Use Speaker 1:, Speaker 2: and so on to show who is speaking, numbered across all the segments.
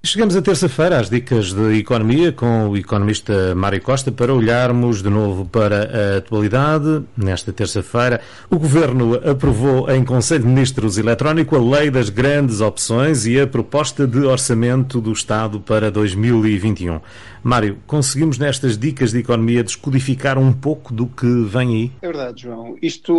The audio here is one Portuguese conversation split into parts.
Speaker 1: Chegamos a terça-feira às dicas de economia com o economista Mário Costa para olharmos de novo para a atualidade. Nesta terça-feira, o Governo aprovou em Conselho de Ministros eletrónico a Lei das Grandes Opções e a proposta de orçamento do Estado para 2021. Mário, conseguimos nestas dicas de economia descodificar um pouco do que vem aí?
Speaker 2: É verdade, João.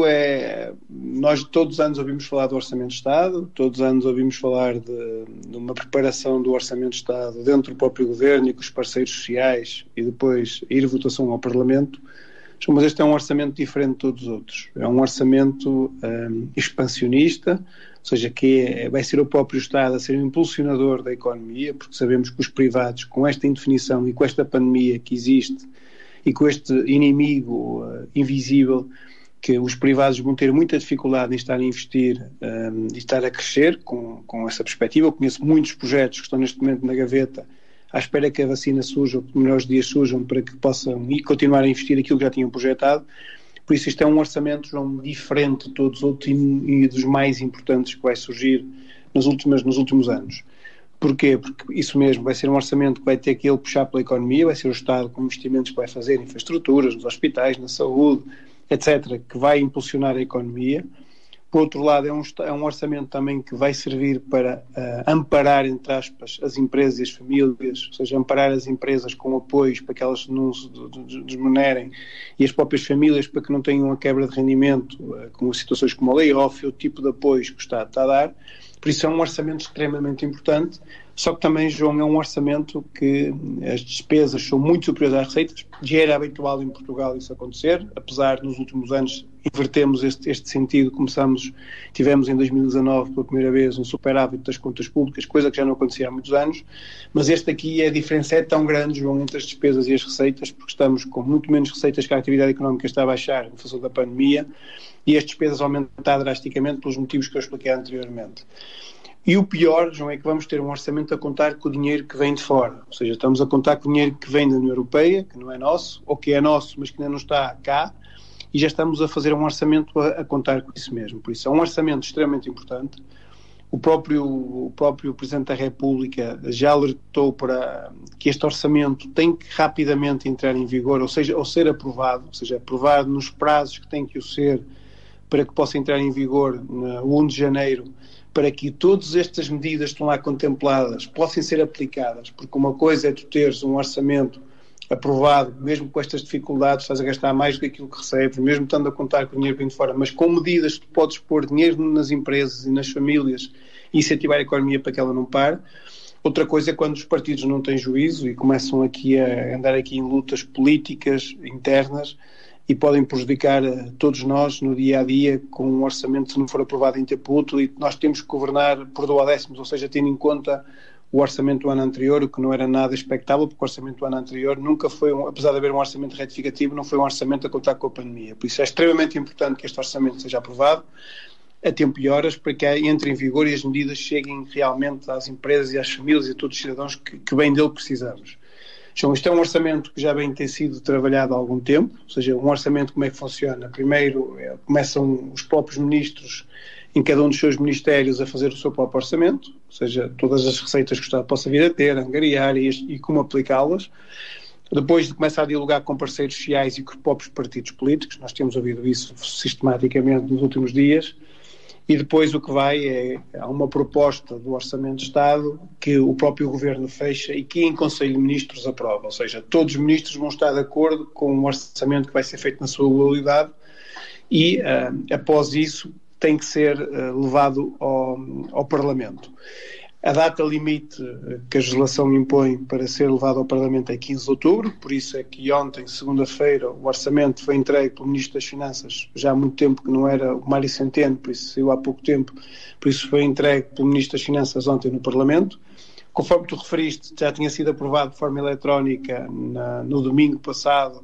Speaker 2: Nós todos os anos ouvimos falar do Orçamento de Estado, todos os anos ouvimos falar de uma preparação do Orçamento de Estado dentro do próprio Governo e com os parceiros sociais e depois ir votação ao Parlamento. Mas este é um orçamento diferente de todos os outros. É um orçamento expansionista, ou seja, vai ser o próprio Estado a ser um impulsionador da economia, porque sabemos que os privados, com esta indefinição e com esta pandemia que existe e com este inimigo invisível, que os privados vão ter muita dificuldade em estar a investir e estar a crescer com essa perspectiva. Eu conheço muitos projetos que estão neste momento na gaveta à espera que a vacina surja, ou que melhores dias surjam, para que possam continuar a investir aquilo que já tinham projetado. Por isso isto é um orçamento, João, diferente de todos os outros e dos mais importantes que vai surgir nos últimos anos. Porquê? Porque isso mesmo, vai ser um orçamento que vai ter que ele puxar pela economia, vai ser o Estado com investimentos que vai fazer em infraestruturas, nos hospitais, na saúde, etc., que vai impulsionar a economia. Por outro lado, é um orçamento também que vai servir para amparar, entre aspas, as empresas e as famílias, ou seja, amparar as empresas com apoios para que elas não se desmonerem e as próprias famílias para que não tenham a quebra de rendimento com situações como a layoff e o tipo de apoios que o Estado está a dar. Por isso é um orçamento extremamente importante, só que também, João, é um orçamento que as despesas são muito superiores às receitas. Já era habitual em Portugal isso acontecer, apesar de nos últimos anos invertermos este sentido. Tivemos em 2019 pela primeira vez um superávit das contas públicas, coisa que já não acontecia há muitos anos, mas este aqui, a diferença é tão grande, João, entre as despesas e as receitas, porque estamos com muito menos receitas que a atividade económica está a baixar em função da pandemia e as despesas aumentaram drasticamente pelos motivos que eu expliquei anteriormente. E o pior, João, é que vamos ter um orçamento a contar com o dinheiro que vem de fora. Ou seja, estamos a contar com o dinheiro que vem da União Europeia, que não é nosso, ou que é nosso, mas que ainda não está cá, e já estamos a fazer um orçamento a contar com isso mesmo. Por isso, é um orçamento extremamente importante. O próprio Presidente da República já alertou para que este orçamento tem que rapidamente entrar em vigor, ou ser aprovado, ou seja, aprovado nos prazos que tem que o ser, para que possa entrar em vigor no 1 de janeiro, para que todas estas medidas que estão lá contempladas possam ser aplicadas, porque uma coisa é tu teres um orçamento aprovado, mesmo com estas dificuldades, estás a gastar mais do que aquilo que recebes, mesmo estando a contar com o dinheiro vindo de fora, mas com medidas que tu podes pôr dinheiro nas empresas e nas famílias e incentivar a economia para que ela não pare. Outra coisa é quando os partidos não têm juízo e começam aqui a andar aqui em lutas políticas internas e podem prejudicar todos nós no dia-a-dia com um orçamento que não for aprovado em tempo útil, e nós temos que governar por duodécimos, ou seja, tendo em conta o orçamento do ano anterior, o que não era nada expectável, porque o orçamento do ano anterior nunca foi, apesar de haver um orçamento retificativo, não foi um orçamento a contar com a pandemia. Por isso é extremamente importante que este orçamento seja aprovado a tempo e horas, para que entre em vigor e as medidas cheguem realmente às empresas e às famílias e a todos os cidadãos que bem dele precisamos. Então, isto é um orçamento que já bem tem sido trabalhado há algum tempo, ou seja, um orçamento como é que funciona? Primeiro começam os próprios ministros em cada um dos seus ministérios a fazer o seu próprio orçamento, ou seja, todas as receitas que o Estado possa vir a ter, angariar e como aplicá-las. Depois começa a dialogar com parceiros sociais e com os próprios partidos políticos, nós temos ouvido isso sistematicamente nos últimos dias. E depois o que há uma proposta do Orçamento de Estado que o próprio Governo fecha e que em Conselho de Ministros aprova, ou seja, todos os ministros vão estar de acordo com o orçamento que vai ser feito na sua globalidade e após isso tem que ser levado ao Parlamento. A data limite que a legislação impõe para ser levado ao Parlamento é 15 de outubro, por isso é que ontem, segunda-feira, o orçamento foi entregue pelo Ministro das Finanças, já há muito tempo que não era o Mário Centeno, por isso saiu há pouco tempo, por isso foi entregue pelo Ministro das Finanças ontem no Parlamento. Conforme tu referiste, já tinha sido aprovado de forma eletrónica no domingo passado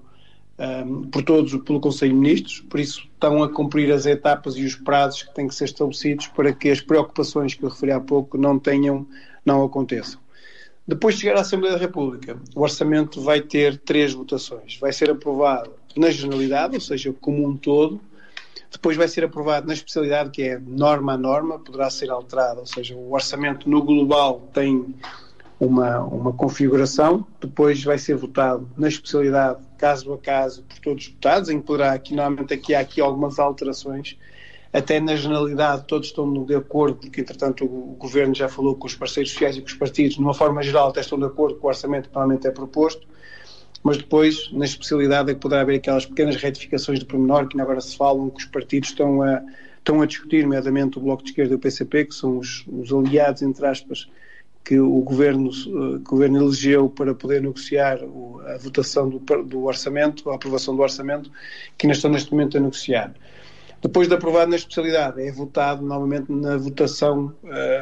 Speaker 2: pelo Conselho de Ministros, por isso estão a cumprir as etapas e os prazos que têm que ser estabelecidos para que as preocupações que eu referi há pouco não aconteçam. Depois de chegar à Assembleia da República, o orçamento vai ter 3 votações. Vai ser aprovado na generalidade, ou seja, como um todo. Depois vai ser aprovado na especialidade, que é norma a norma, poderá ser alterado, ou seja, o orçamento no global tem uma configuração, depois vai ser votado na especialidade, caso a caso, por todos os deputados, em que poderá, há aqui algumas alterações, até na generalidade todos estão de acordo, porque entretanto o Governo já falou com os parceiros sociais e com os partidos, de uma forma geral até estão de acordo com o orçamento que normalmente é proposto, mas depois, na especialidade, é que poderá haver aquelas pequenas retificações de pormenor que agora se falam, que os partidos estão a discutir, nomeadamente o Bloco de Esquerda e o PCP, que são os aliados, entre aspas, que o Governo elegeu para poder negociar a votação do orçamento, a aprovação do orçamento, que ainda estão neste momento a negociar. Depois de aprovado na especialidade, é votado novamente na votação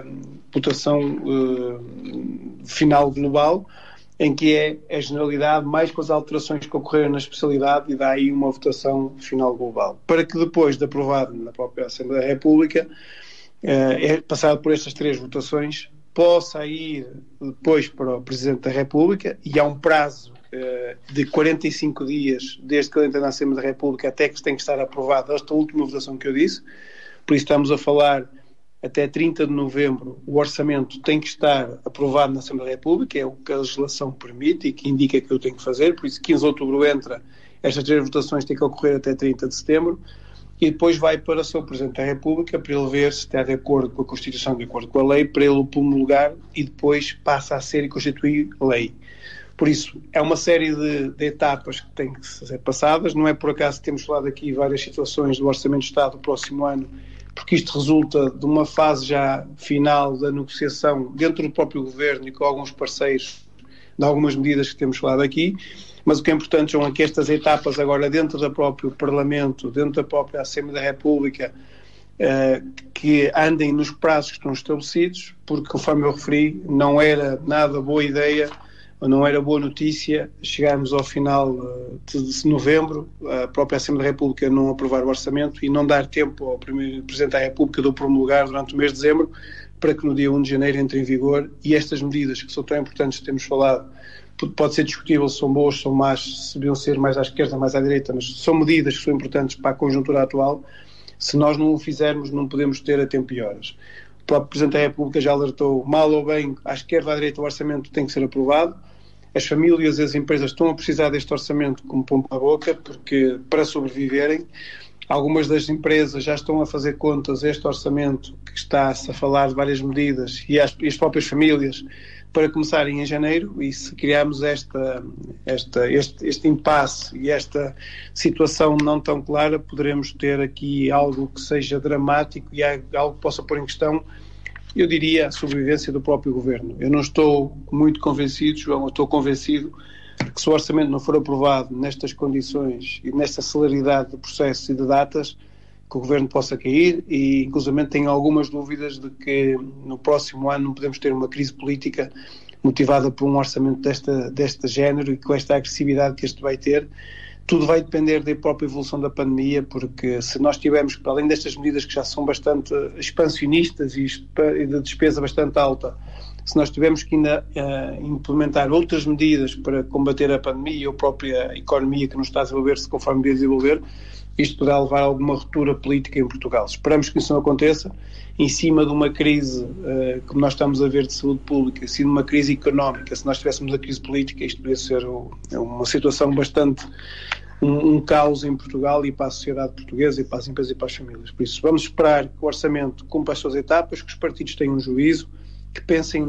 Speaker 2: final global, em que é a generalidade, mais com as alterações que ocorreram na especialidade, e dá aí uma votação final global. Para que depois de aprovado na própria Assembleia da República, é passado por estas 3 votações, possa ir depois para o Presidente da República, e há um prazo de 45 dias, desde que ele entra na Assembleia da República até que tem que estar aprovada esta última votação que eu disse. Por isso estamos a falar até 30 de novembro, o orçamento tem que estar aprovado na Assembleia da República, é o que a legislação permite e que indica que eu tenho que fazer. Por isso 15 de outubro entra, estas 3 votações têm que ocorrer até 30 de setembro, e depois vai para o seu Presidente da República para ele ver se está de acordo com a Constituição, de acordo com a lei, para ele o promulgar, e depois passa a ser e constituir lei. Por isso, é uma série de etapas que têm que ser passadas. Não é por acaso que temos falado aqui várias situações do Orçamento de Estado do próximo ano, porque isto resulta de uma fase já final da negociação dentro do próprio Governo e com alguns parceiros de algumas medidas que temos falado aqui. Mas o que é importante são aqui estas etapas agora dentro do próprio Parlamento, dentro da própria Assembleia da República, que andem nos prazos que estão estabelecidos, porque, conforme eu referi, não era nada boa ideia, ou não era boa notícia chegarmos ao final de novembro, a própria Assembleia da República não aprovar o orçamento e não dar tempo ao primeiro Presidente da República de o promulgar durante o mês de dezembro, para que no dia 1 de janeiro entre em vigor. E estas medidas, que são tão importantes que temos falado, pode ser discutível se são boas, são más, se deviam ser mais à esquerda, mais à direita, mas são medidas que são importantes para a conjuntura atual. Se nós não o fizermos, não podemos ter a tempo e horas. O próprio Presidente da República já alertou, mal ou bem, à esquerda ou à direita, o orçamento tem que ser aprovado. As famílias e as empresas estão a precisar deste orçamento como pão para a boca, porque para sobreviverem, algumas das empresas já estão a fazer contas a este orçamento, que está-se a falar de várias medidas, e as próprias famílias, para começarem em janeiro. E se criarmos este impasse e esta situação não tão clara, poderemos ter aqui algo que seja dramático e algo que possa pôr em questão, eu diria, a sobrevivência do próprio Governo. Eu não estou muito convencido, João, eu estou convencido que se o orçamento não for aprovado nestas condições e nesta celeridade de processos e de datas, que o Governo possa cair, e inclusive tenho algumas dúvidas de que no próximo ano não podemos ter uma crise política motivada por um orçamento deste género e com esta agressividade que este vai ter. Tudo vai depender da própria evolução da pandemia, porque se nós tivermos, para além destas medidas que já são bastante expansionistas e de despesa bastante alta, se nós tivermos que ainda implementar outras medidas para combater a pandemia ou a própria economia que não está a desenvolver-se conforme devia desenvolver, isto poderá levar a alguma ruptura política em Portugal. Esperamos que isso não aconteça, em cima de uma crise como nós estamos a ver de saúde pública, em cima de uma crise económica. Se nós tivéssemos a crise política, isto poderia ser uma situação bastante, um caos em Portugal e para a sociedade portuguesa e para as empresas e para as famílias. Por isso, vamos esperar que o orçamento cumpra as suas etapas, que os partidos tenham um juízo, que pensem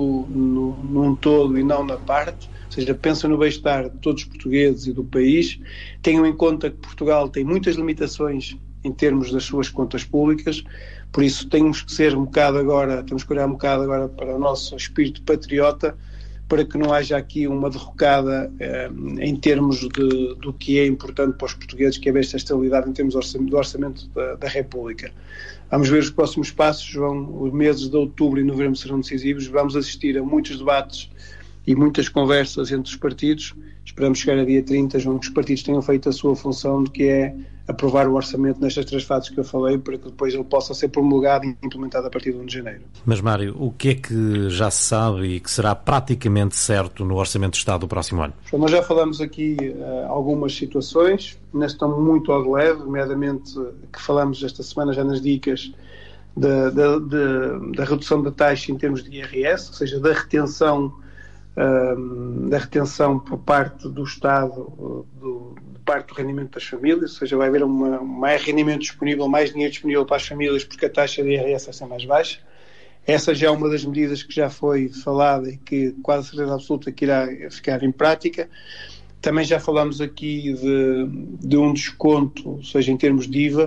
Speaker 2: num todo e não na parte, ou seja, pensem no bem-estar de todos os portugueses e do país, tenham em conta que Portugal tem muitas limitações em termos das suas contas públicas, por isso temos que olhar um bocado agora para o nosso espírito patriota, para que não haja aqui uma derrocada em termos do que é importante para os portugueses, que é esta estabilidade em termos do orçamento da República. Vamos ver os próximos passos, João. Os meses de outubro e novembro serão decisivos. Vamos assistir a muitos debates e muitas conversas entre os partidos. Esperamos chegar a dia 30, João, que os partidos tenham feito a sua função, de que é aprovar o orçamento nestas 3 fases que eu falei, para que depois ele possa ser promulgado e implementado a partir de 1 de janeiro.
Speaker 1: Mas, Mário, o que é que já se sabe e que será praticamente certo no Orçamento de Estado do próximo ano?
Speaker 2: Nós já falamos aqui algumas situações, ainda estão muito ao de leve, nomeadamente que falamos esta semana já nas dicas da redução da taxa em termos de IRS, ou seja, da retenção da retenção por parte do Estado, de parte do rendimento das famílias, ou seja, vai haver mais rendimento disponível, mais dinheiro disponível para as famílias porque a taxa de IRS vai ser mais baixa. Essa já é uma das medidas que já foi falada e que quase certeza absoluta que irá ficar em prática. Também já falámos aqui de um desconto, ou seja, em termos de IVA,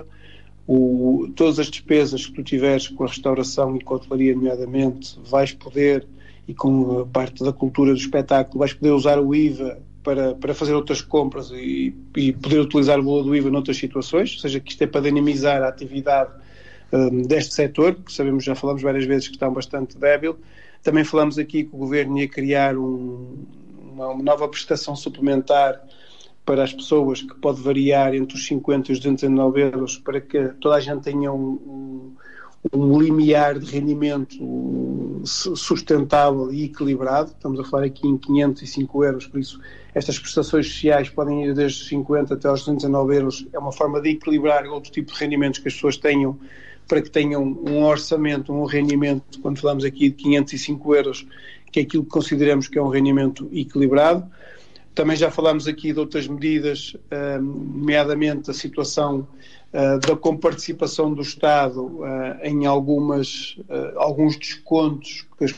Speaker 2: todas as despesas que tu tiveres com a restauração e com a hotelaria, nomeadamente, vais poder, e com a parte da cultura do espetáculo, vais poder usar o IVA para fazer outras compras e poder utilizar o valor do IVA noutras situações, ou seja, que isto é para dinamizar a atividade deste setor, que sabemos, já falamos várias vezes que está bastante débil. Também falamos aqui que o Governo ia criar uma nova prestação suplementar para as pessoas, que pode variar entre os 50 e os 209 euros, para que toda a gente tenha um limiar de rendimento sustentável e equilibrado. Estamos a falar aqui em 505 euros, por isso estas prestações sociais podem ir desde os 50 até aos 209 euros. É uma forma de equilibrar outro tipo de rendimentos que as pessoas tenham, para que tenham um orçamento, um rendimento, quando falamos aqui de 505 euros, que é aquilo que consideramos que é um rendimento equilibrado. Também já falámos aqui de outras medidas, nomeadamente a situação da comparticipação do Estado em alguns descontos que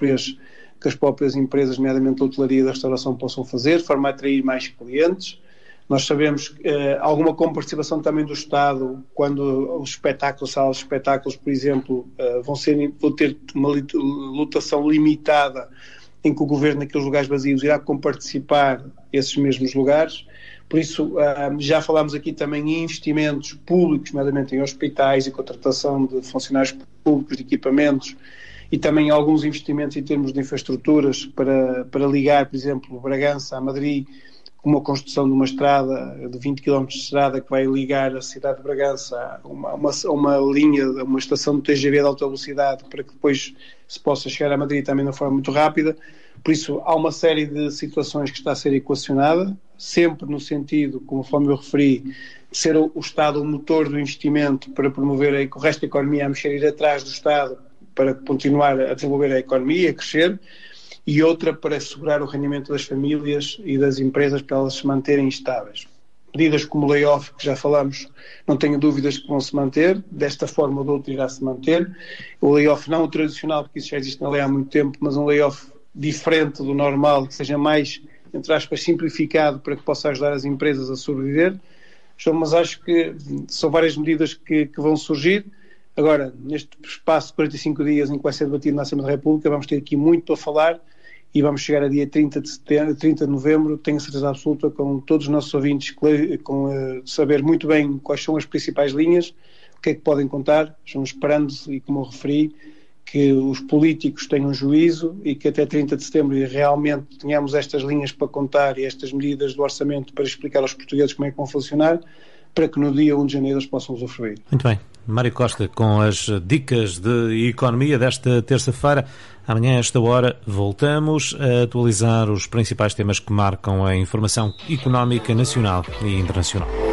Speaker 2: as próprias empresas, nomeadamente a hotelaria e da restauração, possam fazer, de forma a atrair mais clientes. Nós sabemos que alguma comparticipação também do Estado, quando os espetáculos, salas de espetáculos, por exemplo, vão ter uma lotação limitada, em que o Governo, naqueles lugares vazios, irá comparticipar esses mesmos lugares. Por isso, já falámos aqui também em investimentos públicos, nomeadamente em hospitais e contratação de funcionários públicos, de equipamentos, e também alguns investimentos em termos de infraestruturas para ligar, por exemplo, Bragança a Madrid, com uma construção de uma estrada de 20 km de estrada que vai ligar a cidade de Bragança a uma linha, a uma estação de TGV de alta velocidade, para que depois se possa chegar a Madrid também de uma forma muito rápida. Por isso, há uma série de situações que está a ser equacionada, sempre no sentido, conforme eu referi, de ser o Estado o motor do investimento para promover o resto da economia a mexer, ir atrás do Estado para continuar a desenvolver a economia, a crescer, e outra para assegurar o rendimento das famílias e das empresas para elas se manterem estáveis. Medidas como o layoff, que já falamos, não tenho dúvidas que vão se manter, desta forma ou de outra irá se manter. O layoff não o tradicional, porque isso já existe na lei há muito tempo, mas um layoff diferente do normal, que seja mais, entre aspas, simplificado, para que possa ajudar as empresas a sobreviver. Mas acho que são várias medidas que vão surgir. Agora, neste espaço de 45 dias em que vai ser debatido na Assembleia da República, vamos ter aqui muito para falar e vamos chegar a dia 30 de novembro, tenho certeza absoluta, com todos os nossos ouvintes, saber muito bem quais são as principais linhas, o que é que podem contar. Estamos esperando, e como eu referi, que os políticos tenham juízo e que até 30 de setembro realmente tenhamos estas linhas para contar e estas medidas do orçamento para explicar aos portugueses como é que vão funcionar, para que no dia 1 de janeiro eles possam usufruir.
Speaker 1: Muito bem. Mário Costa, com as dicas de economia desta terça-feira. Amanhã, a esta hora, voltamos a atualizar os principais temas que marcam a informação económica nacional e internacional.